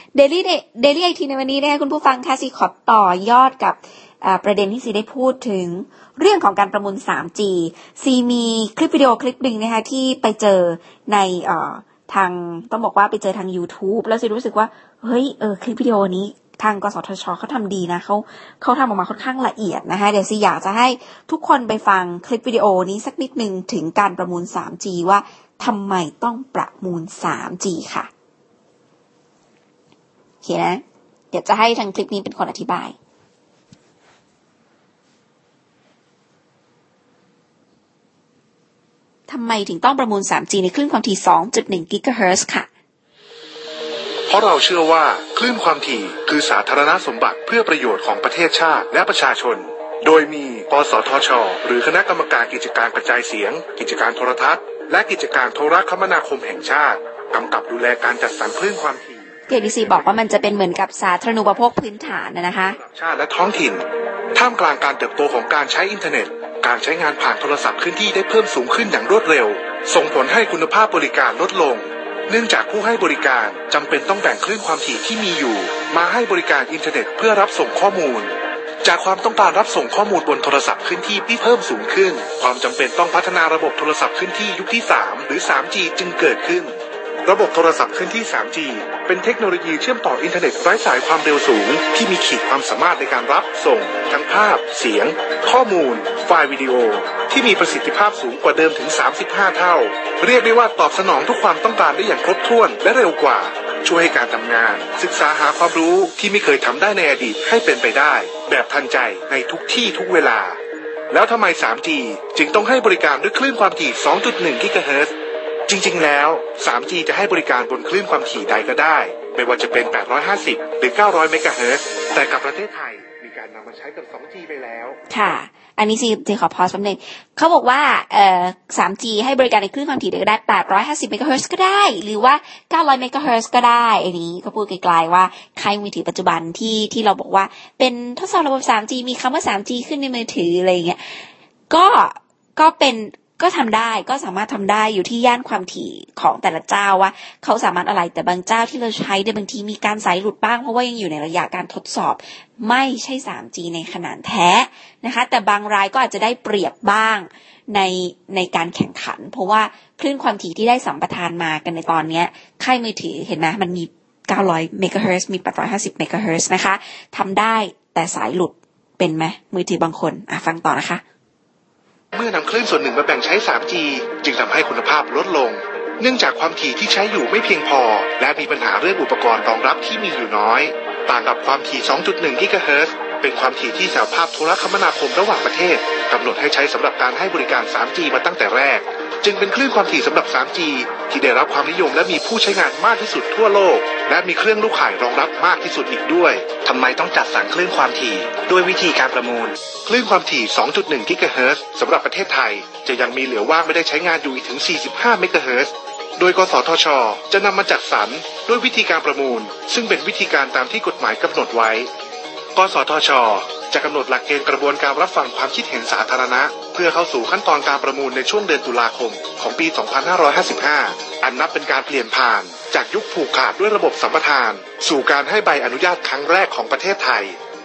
Daily IT ในวันนี้นะคะคุณผู้ฟังค่ะซีขอต่อยอดกับประเด็นที่ซีได้พูดถึงเรื่องของการประมูล 3G ซีมีคลิปวิดีโอคลิปนึงนะคะที่ไปเจอในทางต้องบอกว่าไปเจอทาง YouTube แล้วซีรู้สึกว่าเฮ้ยคลิปวิดีโอนี้ทางกสทช.เขาทำดีนะเขาทำออกมาค่อนข้างละเอียดนะคะเดี๋ยวซีอยากจะให้ทุกคนไปฟังคลิปวิดีโอนี้สักนิดนึงถึงการประมูล 3G ว่าทำไมต้องประมูล 3G ค่ะโอเคนะเดี๋ยวจะให้ทางคลิปนี้เป็นคนอธิบายทำไมถึงต้องประมูล 3G ในคลื่นความถี่ 2.1 กิกะเฮิรตซ์ค่ะเพราะเราเชื่อว่าคลื่นความถี่คือสาธารณสมบัติเพื่อประโยชน์ของประเทศชาติและประชาชนโดยมีกสทช.หรือคณะกรรมการกิจการกระจายเสียงกิจการโทรทัศน์และกิจการโทรคมนาคมแห่งชาติกำกับดูแลการจัดสรรคลื่นความถี่ KBC บอกว่ามันจะเป็นเหมือนกับสาธารณูปโภคพื้นฐานนะคะชาติและท้องถิ่นท่ามกลางการเติบโตของการใช้อินเทอร์เน็ตการใช้งานผ่านโทรศัพท์เคลื่อนที่ได้เพิ่มสูงขึ้นอย่างรวดเร็วส่งผลให้คุณภาพบริการลดลงเนื่องจากผู้ให้บริการจำเป็นต้องแบ่งคลื่นความถี่ที่มีอยู่มาให้บริการอินเทอร์เน็ตเพื่อรับส่งข้อมูลจากความต้องการรับส่งข้อมูลบนโทรศัพท์เคลื่อนที่ที่เพิ่มสูงขึ้นความจำเป็นต้องพัฒนาระบบโทรศัพท์เคลื่อนที่ยุคที่3หรือ 3G จึงเกิดขึ้นระบบโทรศัพท์เคลื่อนที่ 3G เป็นเทคโนโลยีเชื่อมต่ออินเทอร์เน็ตไร้สายความเร็วสูงที่มีขีดความสามารถในการรับส่งทั้งภาพเสียงข้อมูลไฟล์วิดีโอที่มีประสิทธิภาพสูงกว่าเดิมถึง35เท่าเรียกได้ว่าตอบสนองทุกความต้องการได้อย่างครบถ้วนและเร็วกว่าช่วยให้การทำงานศึกษาหาความรู้ที่ไม่เคยทำได้ในอดีตให้เป็นไปได้แบบทันใจในทุกที่ทุกเวลาแล้วทำไม 3G จึงต้องให้บริการด้วยคลื่นความถี่ 2.1 กิกะเฮิรตซ์จริงๆแล้ว 3G จะให้บริการบนคลื่นความถี่ใดก็ได้ไม่ว่าจะเป็น850หรือ900เมกะเฮิรตซ์แต่กับประเทศไทยมีการนำมาใช้กับ 2G ไปแล้วค่ะอันนี้ซีขอพอสแป๊บนึงเขาบอกว่า3G ให้บริการในคลื่นความถี่ใดก็ได้850เมกะเฮิรตซ์ก็ได้หรือว่า900เมกะเฮิรตซ์ก็ได้อันนี้ก็พูดไกลๆว่าใครมือถือปัจจุบันที่เราบอกว่าเป็นทดสอบระบบ 3G มีคำว่า 3G ขึ้นในมือถืออะไรอย่างเงี้ยก็ทำได้ก็สามารถทำได้อยู่ที่ย่านความถี่ของแต่ละเจ้าว่าเขาสามารถอะไรแต่บางเจ้าที่เราใช้ในบางทีมีการสายหลุดบ้างเพราะว่ายังอยู่ในระยะการทดสอบไม่ใช่ 3G ในขนาดแท้นะคะแต่บางรายก็อาจจะได้เปรียบบ้างในการแข่งขันเพราะว่าคลื่นความถี่ที่ได้สัมปทานมากันในตอนนี้ค่ายมือถือเห็นไหมมันมี900เมกะเฮิรตซ์มี850เมกะเฮิรตซ์นะคะทำได้แต่สายหลุดเป็นไหมมือถือบางคนฟังต่อนะคะเมื่อนำคลื่นส่วนหนึ่งมาแบ่งใช้ 3G จึงทำให้คุณภาพลดลงเนื่องจากความถี่ที่ใช้อยู่ไม่เพียงพอและมีปัญหาเรื่องอุปกรณ์รองรับที่มีอยู่น้อยต่างกับความถี่ 2.1 กิกะเฮิรตซ์เป็นความถี่ที่สหภาพโทรคมนาคมระหว่างประเทศกำหนดให้ใช้สำหรับการให้บริการ 3G มาตั้งแต่แรกจึงเป็นคลื่นความถี่สำหรับ 3G ที่ได้รับความนิยมและมีผู้ใช้งานมากที่สุดทั่วโลกและมีเครื่องลูกข่ายรองรับมากที่สุดอีกด้วยทำไมต้องจัดสรรคลื่นความถี่ด้วยวิธีการประมูลคลื่นความถี่ 2.1 กิกะเฮิรตซ์สำหรับประเทศไทยจะยังมีเหลือว่างไม่ได้ใช้งานอยู่อีกถึง45เมกะเฮิรตซ์โดยกสทช.จะนำมาจัดสรรด้วยวิธีการประมูลซึ่งเป็นวิธีการตามที่กฎหมายกำหนดไว้กสทช.จะกำหนดหลักเกณฑ์กระบวนการรับฟังความคิดเห็นสาธารณะเพื่อเข้าสู่ขั้นตอนการประมูลในช่วงเดือนตุลาคมของปี 2555 อันนับเป็นการเปลี่ยนผ่านจากยุคผูกขาดด้วยระบบสัมปทานสู่การให้ใบอนุญาตครั้งแรกของประเทศไทย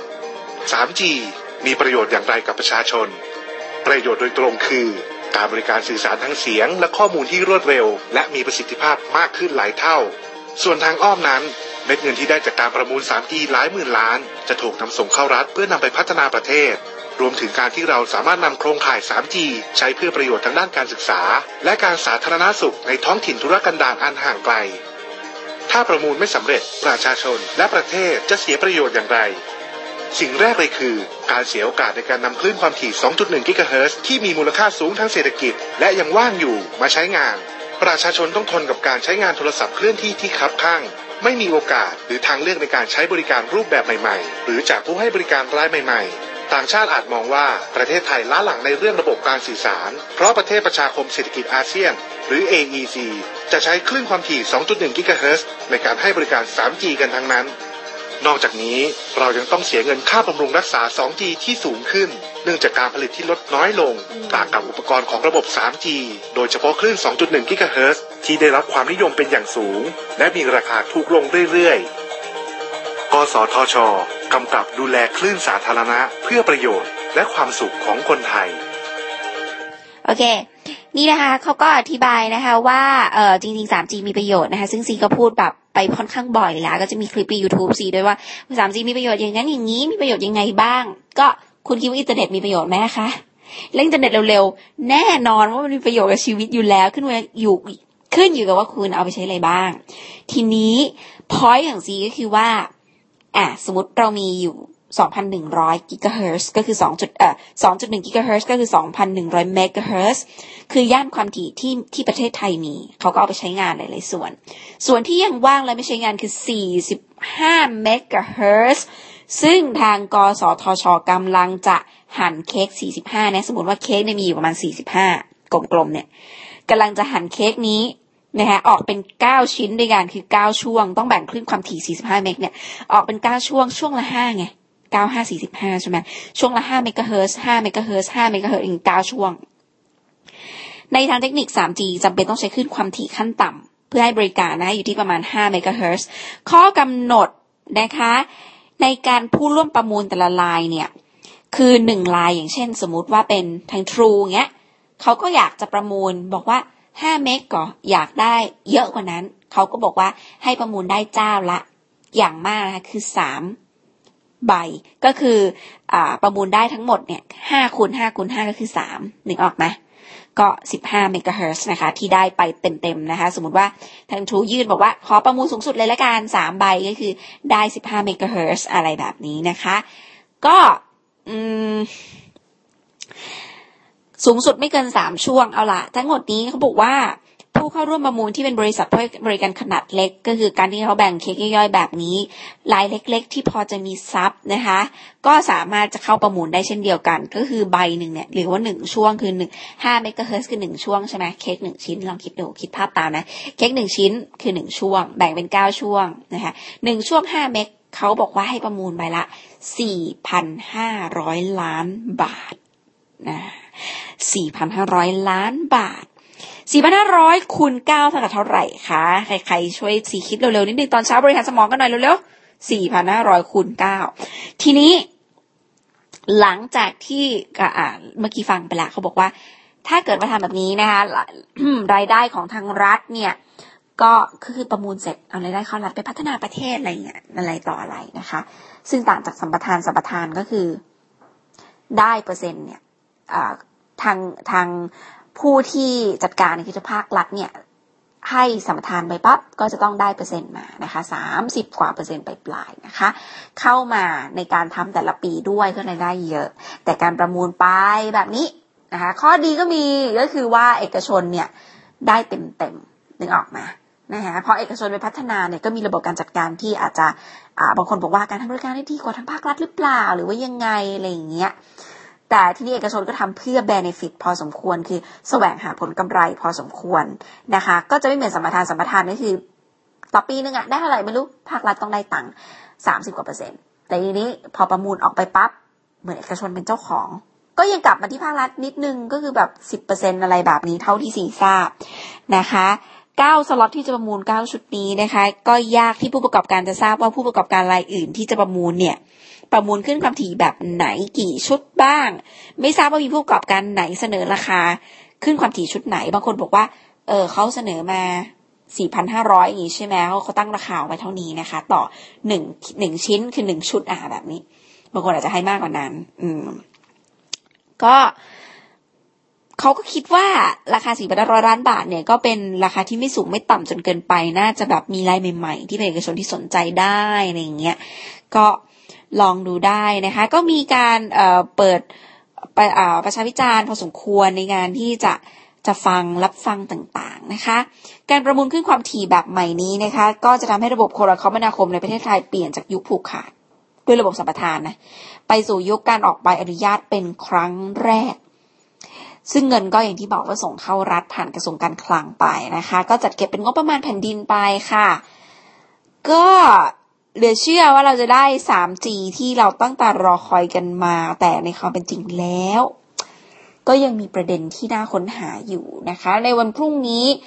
3G มีประโยชน์อย่างไรกับประชาชนประโยชน์โดยตรงคือการบริการสื่อสารทางเสียงและข้อมูลที่รวดเร็วและมีประสิทธิภาพมากขึ้นหลายเท่าส่วนทางอ้อมนั้นเม็ดเงินที่ได้จากการประมูล 3G หลายหมื่นล้านจะถูกนำส่งเข้ารัฐเพื่อนำไปพัฒนาประเทศรวมถึงการที่เราสามารถนำโครงข่าย 3G ใช้เพื่อประโยชน์ทางด้านการศึกษาและการสาธารณสุขในท้องถิ่นทุรกันดารอันห่างไกลถ้าประมูลไม่สำเร็จประชาชนและประเทศจะเสียประโยชน์อย่างไรสิ่งแรกเลยคือการเสียโอกาสในการนำคลื่นความถี่ 2.1 กิกะเฮิรตซ์ที่มีมูลค่าสูงทางเศรษฐกิจและยังว่างอยู่มาใช้งานประชาชนต้องทนกับการใช้งานโทรศัพท์เคลื่อนที่ที่คับข้างไม่มีโอกาสหรือทางเลือกในการใช้บริการรูปแบบใหม่ๆหรือจากผู้ให้บริการรายใหม่ๆต่างชาติอาจมองว่าประเทศไทยล้าหลังในเรื่องระบบการสื่อสารเพราะประเทศประชาคมเศรษฐกิจอาเซียนหรือ AEC จะใช้คลื่นความถี่ 2.1 กิกะเฮิรตซ์ในการให้บริการ 3G กันทั้งนั้นนอกจากนี้เรายังต้องเสียเงินค่าบำรุงรักษา 2G ที่สูงขึ้นเนื่องจากการผลิตที่ลดน้อยลงต่างกับอุปกรณ์ของระบบ 3G โดยเฉพาะคลื่น 2.1 กิกะเฮิรตซ์ที่ได้รับความนิยมเป็นอย่างสูงและมีราคาถูกลงเรื่อยๆสทช.กำกับดูแลคลื่นสาธารณะเพื่อประโยชน์และความสุขของคนไทยโอเคนี่นะคะเขาก็อธิบายนะคะว่าจริงๆ 3G มีประโยชน์นะคะซึ่งซีก็พูดแบบไปค่อนข้างบ่อยแล้วก็จะมีคลิปใน YouTube ซีด้วยว่า 3G มีประโยชน์อย่างนั้นอย่างนี้มีประโยชน์ยังไงบ้างก็คุณคิดว่าอินเทอร์เน็ตมีประโยชน์ไหมคะเล่นอินเทอร์เน็ตเร็วๆแน่นอนว่ามันมีประโยชน์กับชีวิตอยู่แล้วขึ้นอยู่กับว่าคุณเอาไปใช้อะไรบ้างทีนี้พอยต์ของซีก็คือว่าสมมติเรามีอยู่2,100 กิกะเฮิรตซ์ก็คือ2.1 กิกะเฮิรตซ์ก็คือ 2,100 เมกะเฮิรตซ์คือย่านความถี่ที่ประเทศไทยมีเขาก็เอาไปใช้งานหลายๆส่วนที่ยังว่างและไม่ใช้งานคือ45 เมกะเฮิรตซ์ซึ่งทางกสทช.กำลังจะหั่นเค้ก45นะสมมติว่าเค้กเนี่ยมีอยู่ประมาณ45กลมๆเนี่ยกำลังจะหั่นเค้กนี้นะคะออกเป็น9ชิ้นด้วยกันคือ9ช่วงต้องแบ่งคลื่นความถี่45เมกเนี่ยออกเป็น9ช่วงละ5ไง95 45ใช่ไหมช่วงละ5เมกะเฮิรตซ์5เมกะเฮิรตซ์5เมกะเฮิรตซ์อีก9ช่วงในทางเทคนิค 3G จำเป็นต้องใช้คลื่นความถี่ขั้นต่ำเพื่อให้บริการนะอยู่ที่ประมาณ5เมกะเฮิรตซ์ข้อกำหนดนะคะในการผู้ร่วมประมูลแต่ละรายเนี่ยคือ1รายอย่างเช่นสมมุติว่าเป็นทาง True เงี้ยเขาก็อยากจะประมูลบอกว่า5เมกก็อยากได้เยอะกว่านั้นเขาก็บอกว่าให้ประมูลได้เจ้าละอย่างมากนะคะคือ3ใบก็คือประมูลได้ทั้งหมดเนี่ย5คูณ5คูณ5ก็คือ3นึกออกไหมก็15เมกะเฮิรตซ์นะคะที่ได้ไปเต็มๆนะคะสมมุติว่าทาง True ยื่นบอกว่าขอประมูลสูงสุดเลยละกัน3ใบก็คือได้15เมกะเฮิรตซ์อะไรแบบนี้นะคะก็สูงสุดไม่เกิน3ช่วงเอาล่ะทั้งหมดนี้เขาบอกว่าผู้เข้าร่วมประมูลที่เป็นบริษัทบริการขนาดเล็กก็คือการที่เขาแบ่งเค้กย่อยๆแบบนี้รายเล็กๆที่พอจะมีทรัพย์นะคะก็สามารถจะเข้าประมูลได้เช่นเดียวกันก็คือใบหนึ่งเนี่ยหรือว่า1ช่วงคือ5เมกะเฮิรตซ์คือ1ช่วงใช่ไหมเค้ก1ชิ้นลองคิดดูคิดภาพตามนะเค้ก1ชิ้นคือ1ช่วงแบ่งเป็น9ช่วงนะคะ1ช่วง5เมกเขาบอกว่าให้ประมูลใบละ 4,500 ล้านบาทนะ4,500 ล้านบาท4,500 คูณ9เท่ากับเท่าไหร่คะใครๆช่วยสีคิดเร็วๆนิดนึงตอนเช้าบริหารสมองกันหน่อยเร็วๆ 4,500 คูณ9ทีนี้หลังจากที่เมื่อกี้ฟังไปแล้วเขาบอกว่าถ้าเกิดมาทำแบบนี้นะคะรายได้ของทางรัฐเนี่ยก็คือประมูลเสร็จเอารายได้เข้ารัฐไปพัฒนาประเทศอะไรเงี้ยอะไรต่ออะไรนะคะซึ่งต่างจากสัมปทานก็คือได้เปอร์เซ็นต์เนี่ยทางผู้ที่จัดการคือภาครัฐเนี่ยให้สัมปทานไปปั๊บก็จะต้องได้เปอร์เซ็นต์มานะคะ30กว่าเปอร์เซ็นต์ปลายๆนะคะเข้ามาในการทำแต่ละปีด้วยก็รายได้เยอะแต่การประมูลไปแบบนี้นะคะข้อดีก็มีก็คือว่าเอกชนเนี่ยได้เต็มนึกออกมานะคะพอเอกชนไปพัฒนาเนี่ยก็มีระบบการจัดการที่อาจจะบางคนบอกว่าการทำบริการได้ดีกว่าทางภาครัฐหรือเปล่าหรือว่ายังไงอะไรอย่างเงี้ยแต่ที่นี่เอกชนก็ทำเพื่อ benefit พอสมควรคือแสวงหาผลกำไรพอสมควรนะคะก็จะไม่เหมือนสัมปทานก็คือต่อปีนึงได้เท่าไหร่ไม่รู้ภาครัฐต้องได้ตังค์30กว่า%แต่ทีนี้พอประมูลออกไปปั๊บเหมือนเอกชนเป็นเจ้าของก็ยังกลับมาที่ภาครัฐนิดนึงก็คือแบบ 10% อะไรแบบนี้เท่าที่ซีทราบนะคะ9สล็อตที่จะประมูล9ชุดนี้นะคะก็ยากที่ผู้ประกอบการจะทราบว่าผู้ประกอบการรายอื่นที่จะประมูลเนี่ยประมูลขึ้นความถี่แบบไหนกี่ชุดบ้างไม่ทราบว่ามีผู้ประกอบการไหนเสนอราคาขึ้นความถี่ชุดไหนบางคนบอกว่าเขาเสนอมา 4,500 อย่างนี้ใช่ไหมเขาตั้งราคาไว้เท่านี้นะคะต่อ1ชิ้นคือ1ชุดแบบนี้บางคนอาจจะให้มากกว่านั้นก็เขาก็คิดว่าราคา 4,500 ล้านบาทเนี่ยก็เป็นราคาที่ไม่สูงไม่ต่ำจนเกินไปน่าจะแบบมีรายใหม่ๆที่เป็นเอกชนที่สนใจได้อะไรอย่างเงี้ยก็ลองดูได้นะคะก็มีการเปิดประชาวิจารณ์พอสมควรในงานที่จะฟังรับฟังต่างๆนะคะการประมูลขึ้นความถี่แบบใหม่นี้นะคะก็จะทำให้ระบบโทรคมนาคมในประเทศไทยเปลี่ยนจากยุคผูกขาดด้วยระบบสัมปทานนะไปสู่ยุคการออกใบอนุญาตเป็นครั้งแรกซึ่งเงินก็อย่างที่บอกว่าส่งเข้ารัฐผ่านกระทรวงการคลังไปนะคะก็จัดเก็บเป็นงบประมาณแผ่นดินไปค่ะก็เหลือเชื่อว่าเราจะได้ 3G ที่เราตั้งแต่รอคอยกันมาแต่ในความเป็นจริงแล้วก็ยังมีประเด็นที่น่าค้นหาอยู่นะคะในวันพรุ่งนี้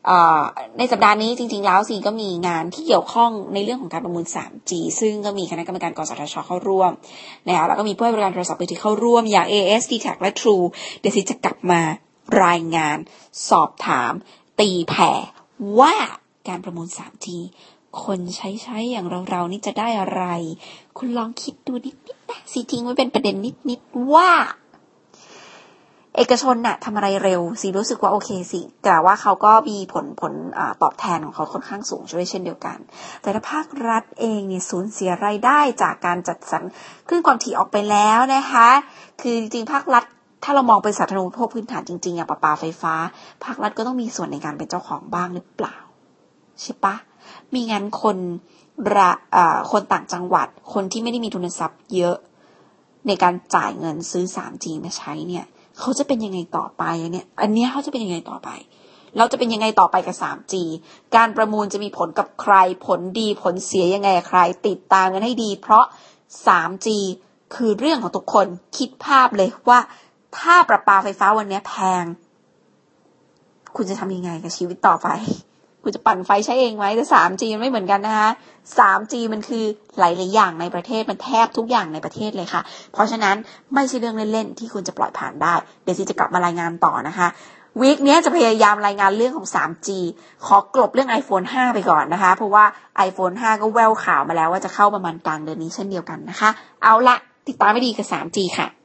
ในสัปดาห์นี้จริงๆแล้วซีก็มีงานที่เกี่ยวข้องในเรื่องของการประมูล 3G ซึ่งก็มีคณะกรรมการกสทชเข้าร่วมนะคะแล้วก็มีผู้ให้บริการโทรศัพท์มือถือเข้าร่วมอย่าง AIS DTAC และ True เดี๋ยวซีจะกลับมารายงานสอบถามตีแผ่ว่าการประมูล 3G คนใช้อย่างเรานี่จะได้อะไรคุณลองคิดดูนิดๆนะซีทิ้งไว้เป็นประเด็นนิดๆว่าเอกชนน่ะทำอะไรเร็วซีรู้สึกว่าโอเคสิแต่ว่าเขาก็มีผลตอบแทนของเขาค่อนข้างสูงด้วยเช่นเดียวกันแต่ถ้าภาครัฐเองเนี่ยสูญเสียรายได้จากการจัดสรรคลื่นความถี่ออกไปแล้วนะคะคือจริงๆภาครัฐถ้าเรามองเป็นสาธารณูปโภคพื้นฐานจริงๆอย่างประปาไฟฟ้าภาครัฐก็ต้องมีส่วนในการเป็นเจ้าของบ้างหรือเปล่าใช่ปะมีงั้นคนต่างจังหวัดคนที่ไม่ได้มีทุนทรัพย์เยอะในการจ่ายเงินซื้อ 3G มาใช้เนี่ยเขาจะเป็นยังไงต่อไปเนี่ยอันนี้เขาจะเป็นยังไงต่อไปเราจะเป็นยังไงต่อไปกับ 3G การประมูลจะมีผลกับใครผลดีผลเสียยังไงใครติดตามกันให้ดีเพราะ 3G คือเรื่องของทุกคนคิดภาพเลยว่าถ้าประปาไฟฟ้าวันนี้แพงคุณจะทำยังไงกับชีวิตต่อไปคุณจะปั่นไฟใช้เองไหมแต่ 3G มันไม่เหมือนกันนะคะ 3G มันคือหลายๆอย่างในประเทศมันแทบทุกอย่างในประเทศเลยค่ะเพราะฉะนั้นไม่ใช่เรื่องเล่นๆที่คุณจะปล่อยผ่านได้เดี๋ยวซีจะกลับมารายงานต่อนะคะวีคนี้จะพยายามรายงานเรื่องของ 3G ขอกลบเรื่อง iPhone 5 ไปก่อนนะคะเพราะว่า iPhone 5 ก็แววข่าวมาแล้วว่าจะเข้าประมาณกลางเดือนนี้เช่นเดียวกันนะคะเอาละติดตามไม่ดีกับ 3G ค่ะ